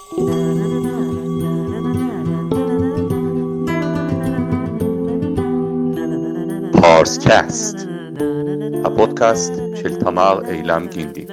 פארסקאסט, הפודקאסט של תמר אילם גינדי.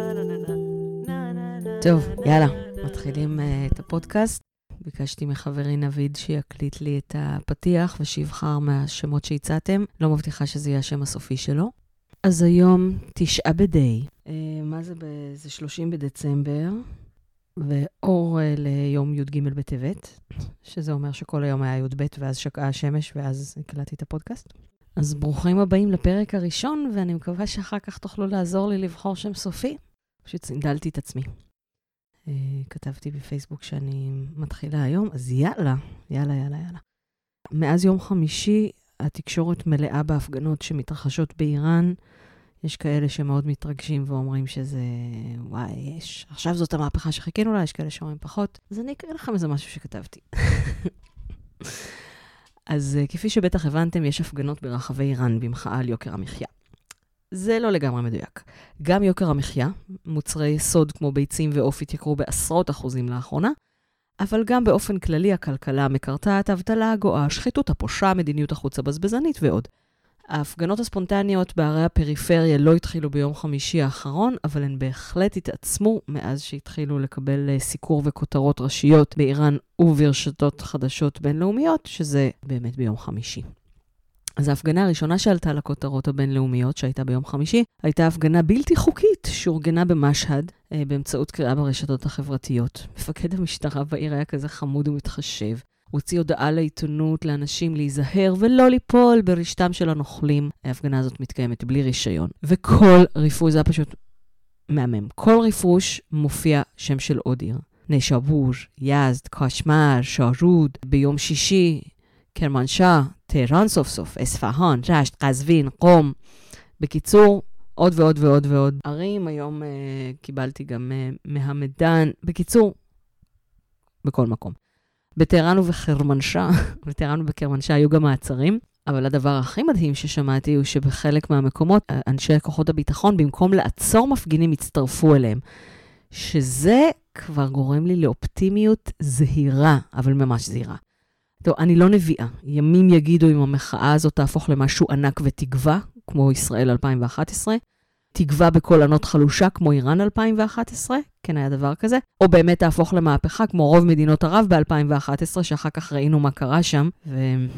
טוב, יאללה, מתחילים את הפודקאסט. ביקשתי מחברי נביד שיקליט לי את הפתיח ושיבחר מהשמות שהצעתם. לא מבטיחה שזה יהיה השם הסופי שלו. אז היום 9 בדי. מה זה? זה 30 בדצמבר, ואור ליום י"ג בטבת, שזה אומר שכל היום היה י"ב ואז שקעה השמש ואז הקלטתי את הפודקאסט. אז ברוכים הבאים לפרק הראשון, ואני מקווה שאחר כך תוכלו לעזור לי לבחור שם סופי. פשוט סינדלתי את עצמי. כתבתי בפייסבוק שאני מתחילה היום, אז יאללה. מאז יום חמישי, התקשורת מלאה בהפגנות שמתרחשות באיראן. יש כאלה שמאוד מתרגשים ואומרים שזה, וואי, עכשיו זאת המהפכה שחיכינו לה, יש כאלה שאומרים פחות. אז אני אקריא לכם איזה משהו שכתבתי. אז כפי שבטח הבנתם, יש הפגנות ברחבי איראן במחאה על יוקר המחיה. זה לא לגמרי מדויק. גם יוקר המחיה, מוצרי יסוד כמו ביצים ועוף התייקרו בעשרות אחוזים לאחרונה, אבל גם באופן כללי הכלכלה מקרטעת, האבטלה הגואה, שחיתות הפושה, מדיניות החוץ הבזבזנית ועוד. ההפגנות הספונטניות בערי הפריפריה לא התחילו ביום חמישי האחרון, אבל הן בהחלט התעצמו מאז שהתחילו לקבל סיקור וכותרות ראשיות באיראן וברשתות חדשות בינלאומיות, שזה באמת ביום חמישי. אז ההפגנה הראשונה שעלתה לכותרות הבינלאומיות, שהייתה ביום חמישי, הייתה הפגנה בלתי חוקית שאורגנה במשהד באמצעות קריאה ברשתות החברתיות. מפקד המשטרה בעיר היה כזה חמוד ומתחשב. הוא הוציא הודעה לעיתונות לאנשים להיזהר ולא ליפול ברשתם של הנוכלים. ההפגנה הזאת מתקיימת בלי רישיון. וכל ריפוש, זה היה פשוט מהמם. כל ריפוש מופיע שם של עוד עיר. נשאבור, יזד, קשמר, שרוד, ביום שישי, קרמנשah, טהרן סוף סוף, אספהאן, רשת, קזווין, קום. בקיצור, עוד ועוד ועוד ועוד ערים. היום קיבלתי גם מהמדן. בקיצור, בכל מקום. בטהרן ובקרמנשah היו גם מעצרים, אבל הדבר הכי מדהים ששמעתי הוא שבחלק מהמקומות, אנשי כוחות הביטחון, במקום לעצור מפגינים, הצטרפו אליהם. שזה כבר גורם לי לאופטימיות זהירה, אבל ממש זהירה. טוב, אני לא נביאה. ימים יגידו אם המחאה הזאת תהפוך למשהו ענק ותקווה, כמו ישראל 2011, תקווה בכל ענות חלושה, כמו איראן 2011, כן היה דבר כזה, או באמת תהפוך למהפכה, כמו רוב מדינות ערב ב-2011, שאחר כך ראינו מה קרה שם, ואני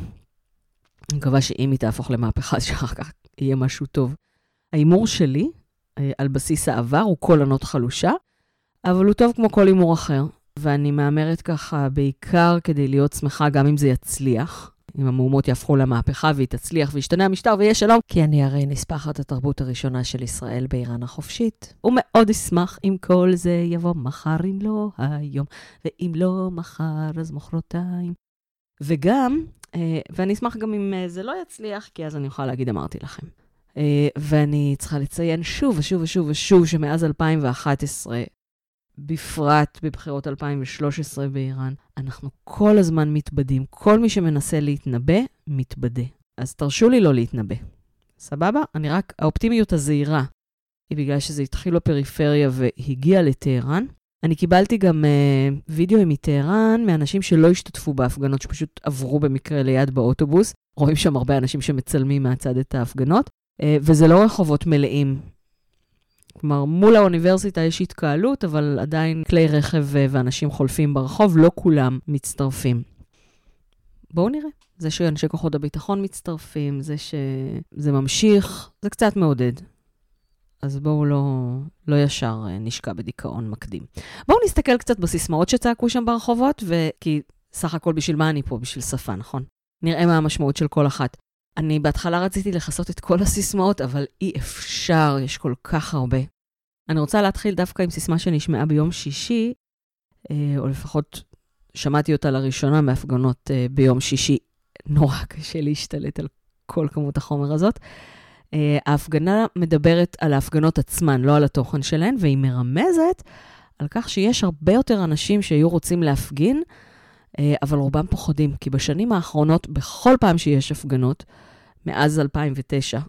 מקווה שאם היא תהפוך למהפכה, שאחר כך יהיה משהו טוב. האימור שלי, על בסיס העבר, הוא כל ענות חלושה, אבל הוא טוב כמו כל אימור אחר, ואני מאמרת ככה בעיקר כדי להיות שמחה, גם אם זה יצליח, אם המהומות יהפכו למהפכה והיא תצליח וישתנה המשטר ויהיה שלום, כי אני הרי נספחת התרבות הראשונה של ישראל באיראן החופשית, ומאוד אשמח אם כל זה יבוא מחר, אם לא היום, ואם לא מחר אז מחרתיים. וגם, ואני אשמח גם אם זה לא יצליח, כי אז אני אוכל להגיד אמרתי לכם. ואני צריכה לציין שוב ושוב ושוב ושוב שמאז 2011, בפרט בבחירות 2013 באיראן, אנחנו כל הזמן מתבדים. כל מי שמנסה להתנבא, מתבדה. אז תרשו לי לא להתנבא. סבבה? האופטימיות הזהירה היא בגלל שזה התחיל בפריפריה והגיע לטהרן. אני קיבלתי גם וידאו מטהרן מאנשים שלא השתתפו בהפגנות, שפשוט עברו במקרה ליד באוטובוס. רואים שם הרבה אנשים שמצלמים מהצד את ההפגנות, וזה לא רחובות מלאים. כלומר, מול האוניברסיטה יש התקהלות, אבל עדיין כלי רכב ואנשים חולפים ברחוב, לא כולם מצטרפים. בואו נראה. זה שאנשי כוחות הביטחון מצטרפים, זה שזה ממשיך, זה קצת מעודד. אז בואו לא ישר נשקע בדיכאון מקדים. בואו נסתכל קצת בסיסמאות שצעקו שם ברחובות, כי סך הכל בשביל מה אני פה? בשביל שפה, נכון? נראה מה המשמעות של כל אחת. אני בהתחלה רציתי לחסות את כל הסיסמאות, אבל אי אפשר, יש כל כך הרבה. אני רוצה להתחיל דווקא עם סיסמה שנשמעה ביום שישי, או לפחות שמעתי אותה לראשונה מהפגנות ביום שישי. נורא קשה להשתלט על כל כמות החומר הזאת. ההפגנה מדברת על ההפגנות עצמן, לא על התוכן שלהן, והיא מרמזת על כך שיש הרבה יותר אנשים שהיו רוצים להפגין, אבל רובם פוחדים, כי בשנים האחרונות, בכל פעם שיש הפגנות, מאז 2009,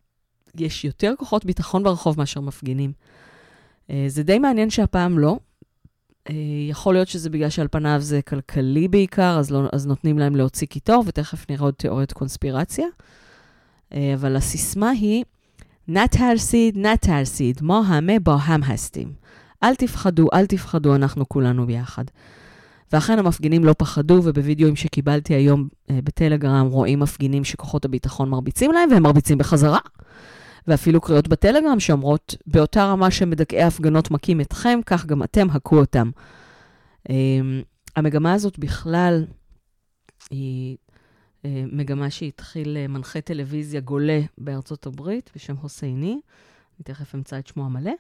יש יותר כוחות ביטחון ברחוב מאשר מפגינים. זה די מעניין שהפעם לא, יכול להיות שזה בגלל שעל פניו זה כלכלי בעיקר, אז נותנים להם להוציא קיטור, ותכף נראה עוד תיאוריות קונספירציה. אבל הסיסמה היא, נתרסיד, מה המה בו הם הסתים. אל תפחדו, אנחנו כולנו ביחד. ואכן המפגינים לא פחדו, ובווידאוים שקיבלתי היום בטלגרם, רואים מפגינים שכוחות הביטחון מרביצים להם, והם מרביצים בחזרה. ואפילו קריאות בטלגרם שאומרות, באותה רמה שמדכאי הפגנות מכים אתכם, כך גם אתם הכו אותם. המגמה הזאת בכלל היא מגמה שהתחיל מנחה טלוויזיה גולה בארצות הברית, בשם הוסייני, אני תכף אמצא את שמו המלא,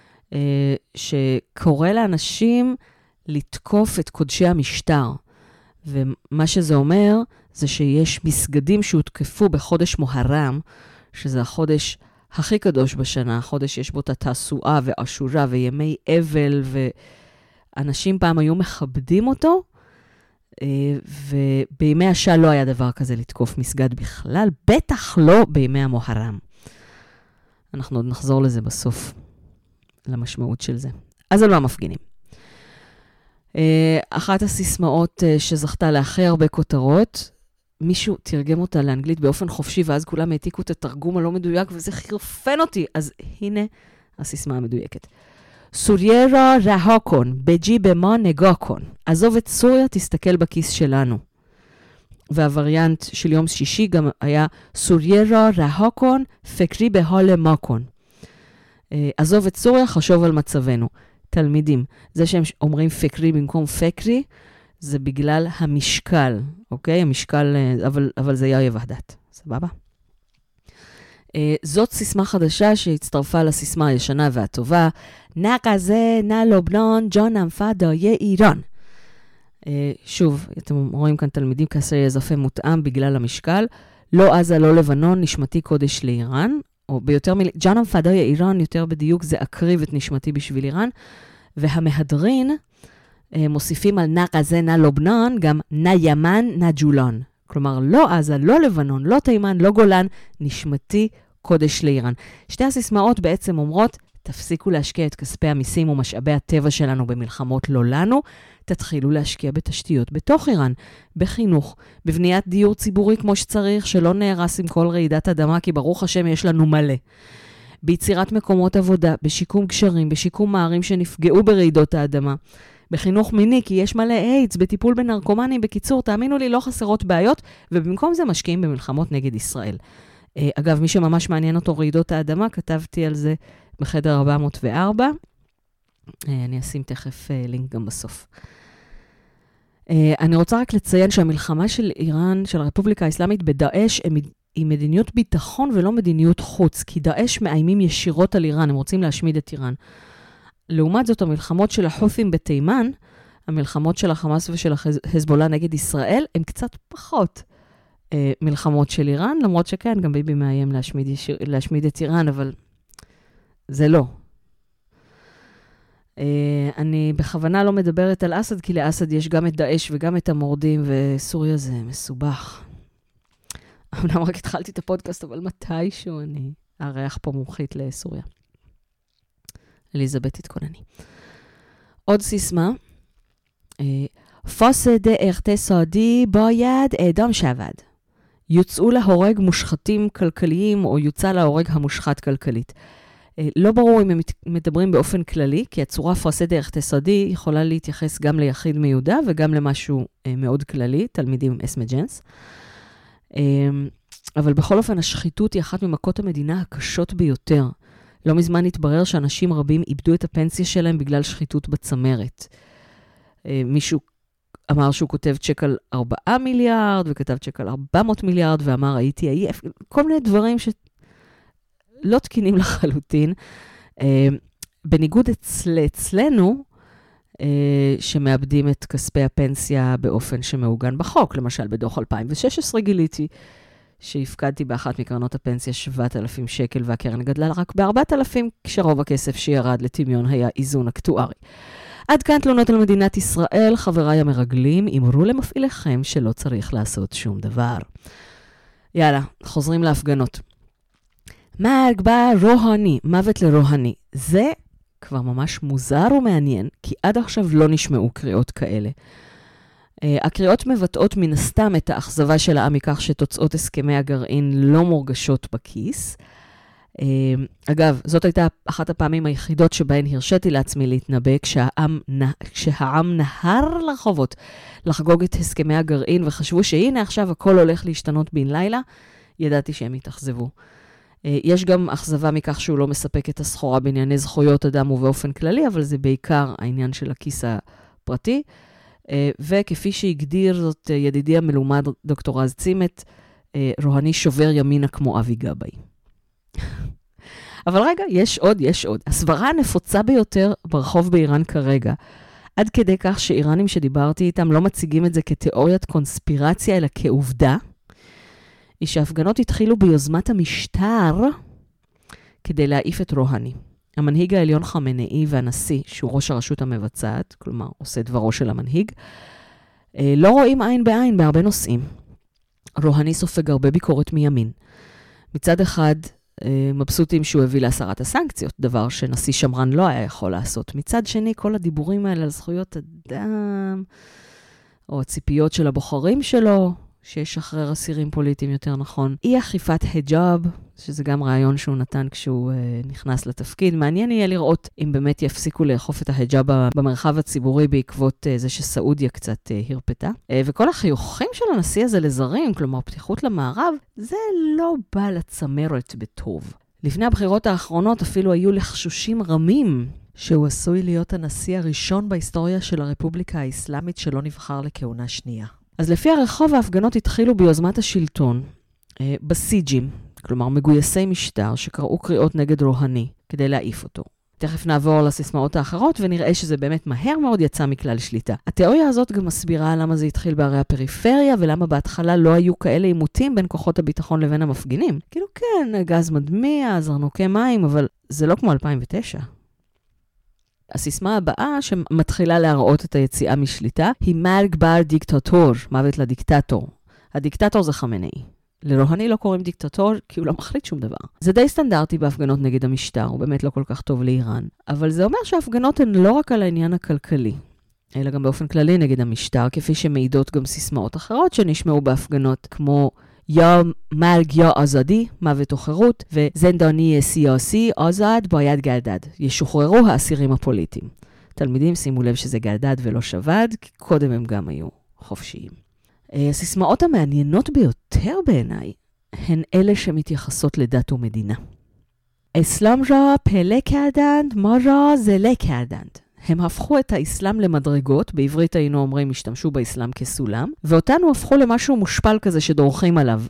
שקורא לאנשים לתקוף את קודשי המשטר. ומה שזה אומר, זה שיש מסגדים שהותקפו בחודש מוהרם, שזה החודש הכי קדוש בשנה, החודש יש בו את התעסועה ואשורה וימי אבל, ואנשים פעם היו מכבדים אותו, ובימי השעה לא היה דבר כזה לתקוף מסגד בכלל, בטח לא בימי המוהרם. אנחנו עוד נחזור לזה בסוף, למשמעות של זה. אז על מה מפגינים? אחת הסיסמאות שזכתה להכי הרבה כותרות, מישהו תרגם אותה לאנגלית באופן חופשי, ואז כולם העתיקו את התרגום הלא מדויק, וזה חרפן אותי. אז הנה הסיסמה המדויקת. סוריה רहा קון, בג'י במה נגע קון. עזוב את סוריה, תסתכל בכיס שלנו. והווריאנט של יום שישי גם היה סוריה רहा קון, פקרי בהלה מה קון. עזוב את סוריה, חשוב על מצבנו. תלמידים, זה שהם אומרים פקרי במקום פקרי, זה בגלל המשקל, אוקיי? המשקל, אבל זה יהיה וחדת. סבבה? זאת סיסמה חדשה שהצטרפה לסיסמה הישנה והטובה. נקזה, נלובנון, ג'ון אמפדה, יהיה איראן. שוב, אתם רואים כאן תלמידים כסר יזפה מותאם בגלל המשקל. לא עזה, לא לבנון, נשמתי קודש לאיראן. או ביותר ג'ון אמפדה, יהיה איראן, יותר בדיוק, זה אקריב את נשמתי בשביל איראן. והמהדרין, מוסיפים על נקזה, נלובנון, גם ניימן, נג'ולון. כלומר, לא עזה, לא לבנון, לא תימן, לא גולן, נשמתי קודש לאיראן. שתי הסיסמאות בעצם אומרות, תפסיקו להשקיע את כספי המיסים ומשאבי הטבע שלנו במלחמות לא לנו, תתחילו להשקיע בתשתיות בתוך איראן, בחינוך, בבניית דיור ציבורי כמו שצריך, שלא נהרס עם כל רעידת אדמה, כי ברוך השם יש לנו מלא. ביצירת מקומות עבודה, בשיקום גשרים, בשיקום מערים שנפגעו ברעידות האדמה. בחינוך מיני, כי יש מלא איידס, בטיפול בנרקומנים, בקיצור, תאמינו לי, לא חסרות בעיות, ובמקום זה משקיעים במלחמות נגד ישראל. אגב, מי שממש מעניין אותו רעידות האדמה, כתבתי על זה בחדר 404. אני אשים תכף לינק גם בסוף. אני רוצה רק לציין שהמלחמה של איראן, של הרפובליקה האסלאמית בדאעש, היא מדיניות ביטחון ולא מדיניות חוץ, כי דאעש מאיימים ישירות על איראן, הם רוצים להשמיד את איראן. לעומת זאת, המלחמות של החות'ים בתימן, המלחמות של החמאס ושל החזבאללה נגד ישראל, הן קצת פחות מלחמות של איראן, למרות שכן, גם ביבי מאיים להשמיד את איראן, אבל זה לא. אני בכוונה לא מדברת על אסד, כי לאסד יש גם את דאעש וגם את המורדים, וסוריה זה מסובך. אמנם רק התחלתי את הפודקאסט, אבל מתישהו אני ארח פה מומחית לסוריה. אליזבת תתכונני. עוד סיסמה, פסד اقتصادی باید اعدام شود. יוצאו להורג מושחתים כלכליים, או יוצא להורג המושחת כלכלית. לא ברור אם הם מדברים באופן כללי, כי הצורה פסד اقتصادی יכולה להתייחס גם ליחיד מיודע, וגם למשהו מאוד כללי, תלמידים אסמג'נס. אבל בכל אופן, השחיתות היא אחת ממכות המדינה הקשות ביותר. לא מזמן התברר שאנשים רבים איבדו את הפנסיה שלהם בגלל שחיתות בצמרת. מישהו אמר שהוא כותב צ'ק על 4 מיליארד, וכתב צ'ק על 400 מיליארד, ואמר הייתי עייף, כל מיני דברים שלא תקינים לחלוטין. בניגוד אצלנו, שמאבדים את כספי הפנסיה באופן שמעוגן בחוק. למשל, בדוח 2016 גיליתי, שהפקדתי באחת מקרנות הפנסיה 7,000 שקל, והקרן גדלה רק ב-4,000, כשרוב הכסף שירד לטמיון היה איזון אקטוארי. עד כאן תלונות על מדינת ישראל, חבריי המרגלים, אמרו למפעיליכם שלא צריך לעשות שום דבר. יאללה, חוזרים להפגנות. מרג בה רוהני, מוות לרוהני. זה כבר ממש מוזר ומעניין, כי עד עכשיו לא נשמעו קריאות כאלה. הקריאות מבטאות מן הסתם את האכזבה של העם מכך שתוצאות הסכמי הגרעין לא מורגשות בכיס. אגב, זאת הייתה אחת הפעמים היחידות שבהן הרשיתי לעצמי להתנבא כשהעם נהר לרחובות לחגוג את הסכמי הגרעין וחשבו שהנה עכשיו הכל הולך להשתנות בן לילה, ידעתי שהם יתאכזבו. יש גם אכזבה מכך שהוא לא מספק את הסחורה בענייני זכויות אדם ובאופן כללי, אבל זה בעיקר העניין של הכיס הפרטי. וכפי שהגדיר זאת ידידי המלומד דוקטור רז צימת, רוהני שובר ימינה כמו אבי גבאי. אבל רגע, יש עוד. הסברה הנפוצה ביותר ברחוב באיראן כרגע, עד כדי כך שאיראנים שדיברתי איתם לא מציגים את זה כתיאוריית קונספירציה, אלא כעובדה, היא שההפגנות התחילו ביוזמת המשטר כדי להעיף את רוהני. המנהיג העליון חמינאי והנשיא, שהוא ראש הרשות המבצעת, כלומר עושה דברו של המנהיג, לא רואים עין בעין בהרבה נושאים. רוהני סופג הרבה ביקורת מימין. מצד אחד, מבסוטים שהוא הביא להסרת הסנקציות, דבר שנשיא שמרן לא היה יכול לעשות. מצד שני, כל הדיבורים האלה על זכויות אדם, או הציפיות של הבוחרים שלו, שישחרר אסירים פוליטיים יותר נכון. אי אכיפת היג'אב, שזה גם רעיון שהוא נתן כשהוא נכנס לתפקיד. מעניין יהיה לראות אם באמת יפסיקו לאכוף את ההיג'אב במרחב הציבורי בעקבות זה שסעודיה קצת הרפתה. וכל החיוכים של הנשיא הזה לזרים, כלומר פתיחות למערב, זה לא בא לצמרת בטוב. לפני הבחירות האחרונות אפילו היו לחשושים רמים שהוא עשוי להיות הנשיא הראשון בהיסטוריה של הרפובליקה האסלאמית שלא נבחר לכהונה שנייה. אז לפי הרחוב ההפגנות התחילו ביוזמת השלטון, בסיג'ים, כלומר מגויסי משטר שקראו קריאות נגד רוהני כדי להעיף אותו. תכף נעבור לסיסמאות האחרות ונראה שזה באמת מהר מאוד יצא מכלל שליטה. התיאוריה הזאת גם מסבירה למה זה התחיל בערי הפריפריה ולמה בהתחלה לא היו כאלה עימותים בין כוחות הביטחון לבין המפגינים. כאילו כן, גז מדמיע, זרנוקי מים, אבל זה לא כמו 2009. הסיסמה הבאה שמתחילה להראות את היציאה משליטה היא מרג בר דיקטטור, מוות לדיקטטור. הדיקטטור זה חמינאי. לרוהני לא קוראים דיקטטור כי הוא לא מחליט שום דבר. זה די סטנדרטי בהפגנות נגד המשטר, הוא באמת לא כל כך טוב לאיראן. אבל זה אומר שההפגנות הן לא רק על העניין הכלכלי, אלא גם באופן כללי נגד המשטר, כפי שמעידות גם סיסמאות אחרות שנשמעו בהפגנות, כמו יא מרג יא אזדי, מוות או חירות, וזנדני סיאסי אזד באיד גרדד. ישוחררו האסירים הפוליטיים. תלמידים שימו לב שזה גרדד ולא שבד, כי קודם הם גם היו חופשיים. הסיסמאות המעניינות ביותר בעיניי הן אלה שמתייחסות לדת ומדינה. אסלאם را פלא کردند ما را זלה کردند. הם הפכו את האסלאם למדרגות, בעברית היינו אומרים השתמשו באסלאם כסולם, ואותנו הפכו למשהו מושפל כזה שדורכים עליו.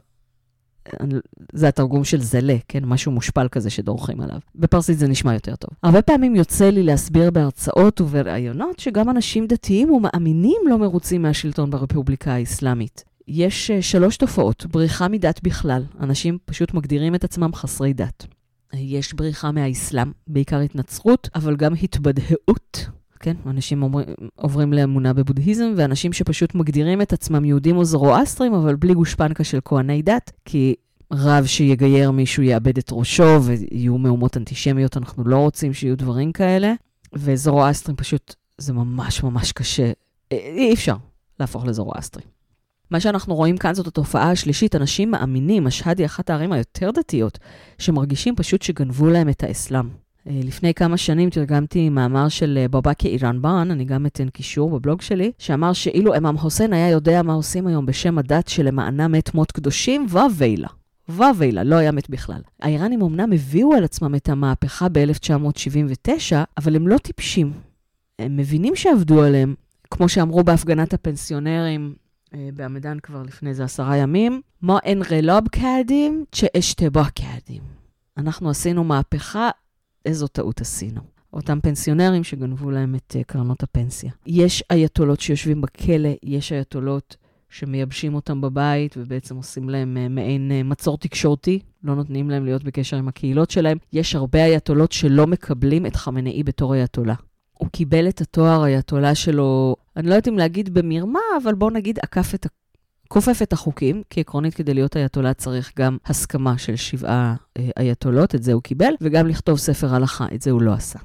זה התרגום של זלה, כן? משהו מושפל כזה שדורכים עליו. בפרסית זה נשמע יותר טוב. הרבה פעמים יוצא לי להסביר בהרצאות וברעיונות שגם אנשים דתיים ומאמינים לא מרוצים מהשלטון ברפובליקה האסלאמית. יש 3 תופעות. בריחה מדת בכלל. אנשים פשוט מגדירים את עצמם חסרי דת. יש בריחה מהאסלאם, בעיקר התנצרות, אבל גם התבדהות. כן, אנשים עוברים לאמונה בבודהיזם, ואנשים שפשוט מגדירים את עצמם יהודים או זרואסטרים, אבל בלי גושפנקה של כהני דת, כי רב שיגייר מישהו יאבד את ראשו, ויהיו מהומות אנטישמיות, אנחנו לא רוצים שיהיו דברים כאלה, וזרואסטרים פשוט, זה ממש ממש קשה, אי אפשר להפוך לזרואסטרים. מה שאנחנו רואים כאן זאת התופעה השלישית, אנשים מאמינים, השהד היא אחת הערים היותר דתיות, שמרגישים פשוט שגנבו להם את האסלאם. לפני כמה שנים תרגמתי מאמר של בבקי איראנבן, אני גם אתן קישור בבלוג שלי, שאמר שאילו אמאם חוסיין היה יודע מה עושים היום בשם הדת שלמענה מת מות קדושים, ווילה, לא היה מת בכלל. האיראנים אמנם הביאו על עצמם את המהפכה ב-1979, אבל הם לא טיפשים. הם מבינים שעבדו עליהם, כמו שאמרו בהפגנת הפנסיונרים, בעמדן כבר לפני זה 10 ימים, מה אין רלוב קרדים, שאשתבח קרדים. אנחנו עשינו מהפכה, איזו טעות עשינו. אותם פנסיונרים שגנבו להם את קרנות הפנסיה. יש אייתולות שיושבים בכלא, יש אייתולות שמייבשים אותם בבית, ובעצם עושים להם מעין מצור תקשורתי, לא נותנים להם להיות בקשר עם הקהילות שלהם. יש הרבה אייתולות שלא מקבלים את חמינאי בתור אייתולה. הוא קיבל את התואר אייתולה שלו, אני לא יודעת אם להגיד במרמה, אבל בואו נגיד כופף את החוקים, כי עקרונית כדי להיות אייתולה צריך גם הסכמה של 7 אייתולות, את זה הוא קיבל, וגם לכתוב ספר הלכה, את זה הוא לא עשה.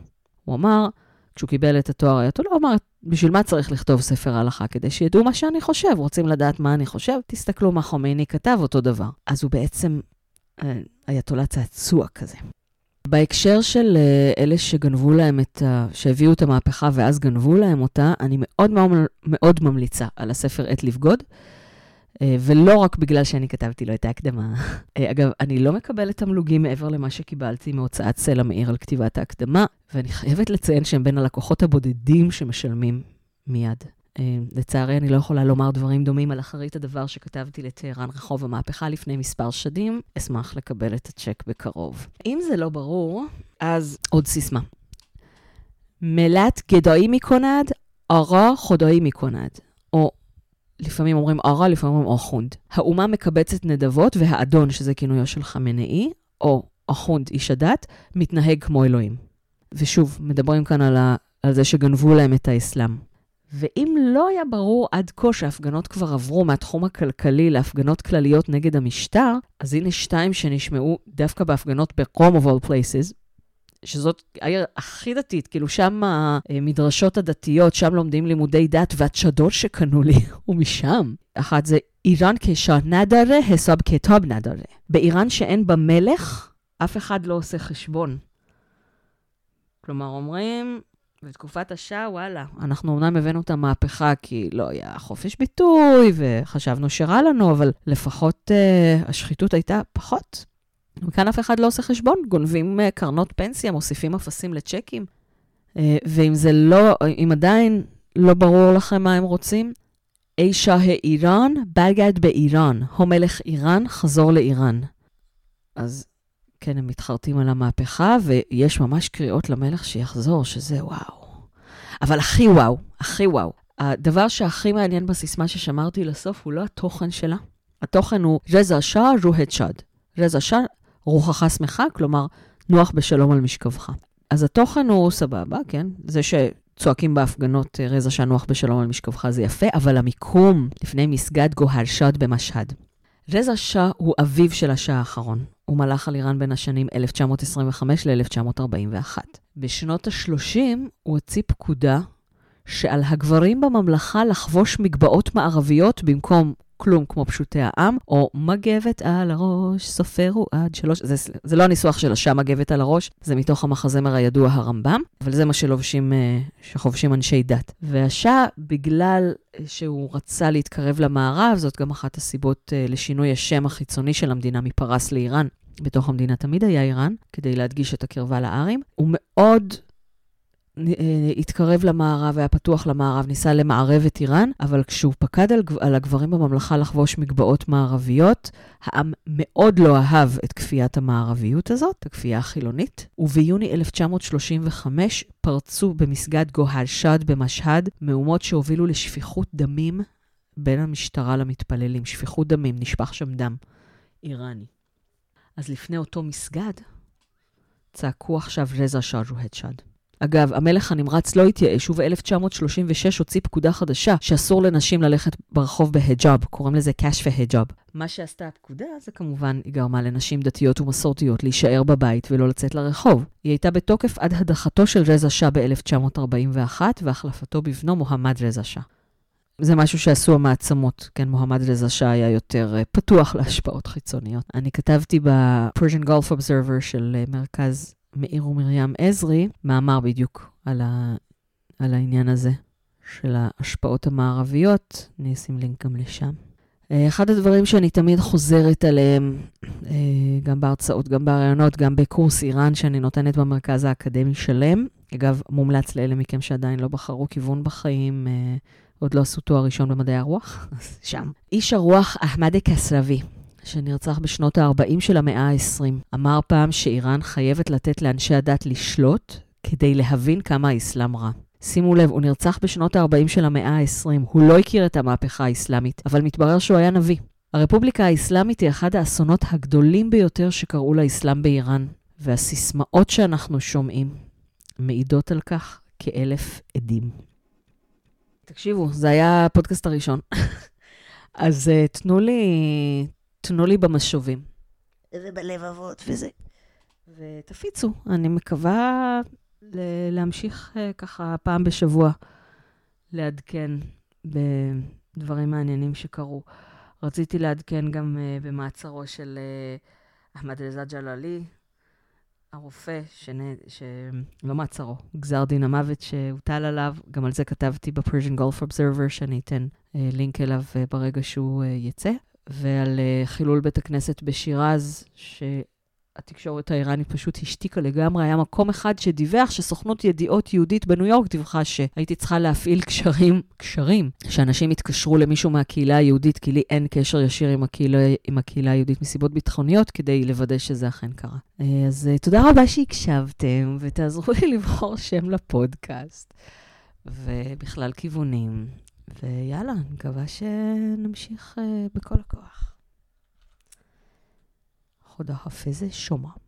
הוא אמר, כשהוא קיבל את התואר האייתולה, הוא אמר, בשביל מה צריך לכתוב ספר הלכה? כדי שידעו מה שאני חושב, רוצים לדעת מה אני חושב, תסתכלו מה חומייני כתב אותו דבר. אז הוא בעצם אייתולה צעצוע כזה. בהקשר של אלה שגנבו להם שהביאו את המהפכה ואז גנבו להם אותה, אני מאוד מאוד ממליצה על הספר עת לבגוד, ולא רק בגלל שאני כתבתי לו את ההקדמה. אגב, אני לא מקבלת תמלוגים מעבר למה שקיבלתי מהוצאת סלע מאיר על כתיבת ההקדמה, ואני חייבת לציין שהם בין הלקוחות הבודדים שמשלמים מיד. לצערי, אני לא יכולה לומר דברים דומים על אחרית הדבר שכתבתי לטהרן רחוב המהפכה לפני מספר שנים. אשמח לקבל את הצ'ק בקרוב. אם זה לא ברור, אז עוד סיסמה. מלט גדאי מקונד, ארה חודאי מקונד. או לפעמים אומרים ארה, לפעמים אומרים אחונד. האומה מקבצת נדבות, והאדון, שזה כינויו של חמינאי, או אחונד, איש הדת, מתנהג כמו אלוהים. ושוב, מדברים כאן על זה שגנבו להם את האסלאם. ואם לא היה ברור עד כה שההפגנות כבר עברו מהתחום הכלכלי להפגנות כלליות נגד המשטר, אז הנה 2 שנשמעו דווקא בהפגנות ברום of all places, שזאת העיר הכי דתית, כאילו שם המדרשות הדתיות, שם לומדים לימודי דת, והצ'דות שקנו לי הוא משם. אחת זה איראן כשא נדרה, הסב כתוב נדרה. באיראן שאין בה מלך, אף אחד לא עושה חשבון. כלומר, אומרים, בתקופת השעה, וואלה, אנחנו אומנם הבאנו את המהפכה כי לא היה חופש ביטוי, וחשבנו שרע לנו, אבל לפחות השחיתות הייתה פחות. וכאן אף אחד לא עושה חשבון, גונבים קרנות פנסיה, מוסיפים אפסים לצ'קים. ואם זה לא, אם עדיין לא ברור לכם מה הם רוצים, אי שאה איראן, בגד באיראן. המלך איראן, חזור לאיראן. אז כן, הם מתחרטים על המהפכה, ויש ממש קריאות למלך שיחזור, שזה וואו. אבל הכי וואו, הכי וואו. הדבר שהכי מעניין בסיסמה ששמרתי לסוף, הוא לא התוכן שלה. התוכן הוא רזה שאה רוהת שד. רזה שאה, רוחך שמחה, כלומר, נוח בשלום על משכבך. אז התוכן הוא סבבה, כן? זה שצועקים בהפגנות רזה שאה נוח בשלום על משכבך זה יפה, אבל המיקום לפני מסגד גוהר שד במשהד. רזה שאה הוא אביו של השאה האחרון. הוא מלך על איראן בין השנים 1925 ל-1941. בשנות ה-30 הוא הוציא פקודה שעל הגברים בממלכה לחבוש מגבעות מערביות במקום כלום כמו פשוטי העם, או מגבת על הראש, סופרו עד 3. זה לא הניסוח של השעה מגבת על הראש, זה מתוך המחזמר הידוע הרמב"ם, אבל זה מה שחובשים אנשי דת. והשעה, בגלל שהוא רצה להתקרב למערב, זאת גם אחת הסיבות לשינוי השם החיצוני של המדינה מפרס לאיראן. בתוך המדינה תמיד היה איראן, כדי להדגיש את הקרבה לארים. הוא מאוד התקרב למערב, היה פתוח למערב, ניסה למערב את איראן, אבל כשהוא פקד על הגברים בממלכה לחבוש מגבעות מערביות, העם מאוד לא אהב את כפיית המערביות הזאת, הכפייה החילונית, וביוני 1935 פרצו במסגד גוהר שד במשהד, מהומות שהובילו לשפיכות דמים בין המשטרה למתפללים. שפיכות דמים, נשפך שם דם איראני. אז לפני אותו מסגד, צעקו עכשיו רזה שאה רוהת שד. אגב, המלך הנמרץ לא התייאש, וב-1936 הוציא פקודה חדשה שאסור לנשים ללכת ברחוב בהיג'אב, קוראים לזה קש והיג'אב. מה שעשתה הפקודה זה כמובן היא גרמה לנשים דתיות ומסורתיות להישאר בבית ולא לצאת לרחוב. היא הייתה בתוקף עד הדחתו של רזה שאה ב-1941 והחלפתו בבנו מוחמד רזה שאה. זה משהו שעשו המעצמות, כן, מוחמד רזה שאה היה יותר פתוח להשפעות חיצוניות. אני כתבתי ב-Persian Gulf Observer של מרכז מאיר ומרים עזרי, מאמר בדיוק על העניין הזה של ההשפעות המערביות. אני אשים לינק גם לשם. אחד הדברים שאני תמיד חוזרת עליהם, גם בהרצאות, גם ברעיונות, גם בקורס איראן שאני נותנת במרכז האקדמי שלם. אגב, מומלץ לאלה מכם שעדיין לא בחרו כיוון בחיים, עוד לא עשו תואר ראשון במדעי הרוח, אז שם. איש הרוח אחמד קסרבי, שנרצח בשנות ה-40 של המאה ה-20, אמר פעם שאיראן חייבת לתת לאנשי הדת לשלוט כדי להבין כמה האסלאם רע. שימו לב, הוא נרצח בשנות ה-40 של המאה ה-20, הוא לא הכיר את המהפכה האסלאמית, אבל מתברר שהוא היה נביא. הרפובליקה האסלאמית היא אחד האסונות הגדולים ביותר שקראו לאסלאם באיראן, והסיסמאות שאנחנו שומעים מעידות על כך כ1,000 עדים. תקשיבו, זה היה הפודקאסט הראשון. אז תנו לי במשובים. ובלבבות וזה. ותפיצו. אני מקווה להמשיך ככה פעם בשבוע לעדכן בדברים מעניינים שקרו. רציתי לעדכן גם במעצרו של אחמד רזה ג'לאלי, הרופא, לא מעצרו, גזר דין המוות שהוטל עליו. גם על זה כתבתי ב-Persian Gulf Observer, שאני אתן לינק אליו ברגע שהוא יצא. ועל חילול בית הכנסת בשירז, שהתקשורת האיראנית פשוט השתיקה לגמרי. היה מקום אחד שדיווח שסוכנות ידיעות יהודית בניו יורק דיווחה שהייתי צריכה להפעיל קשרים, שאנשים התקשרו למישהו מהקהילה היהודית, כי לי אין קשר ישיר עם הקהילה היהודית מסיבות ביטחוניות, כדי לוודא שזה אכן קרה. אז תודה רבה שהקשבתם, ותעזרו לי לבחור שם לפודקאסט, ובכלל כיוונים. ויאללה, אני מקווה שנמשיך בכל הכוח. חודה חפזה שומע.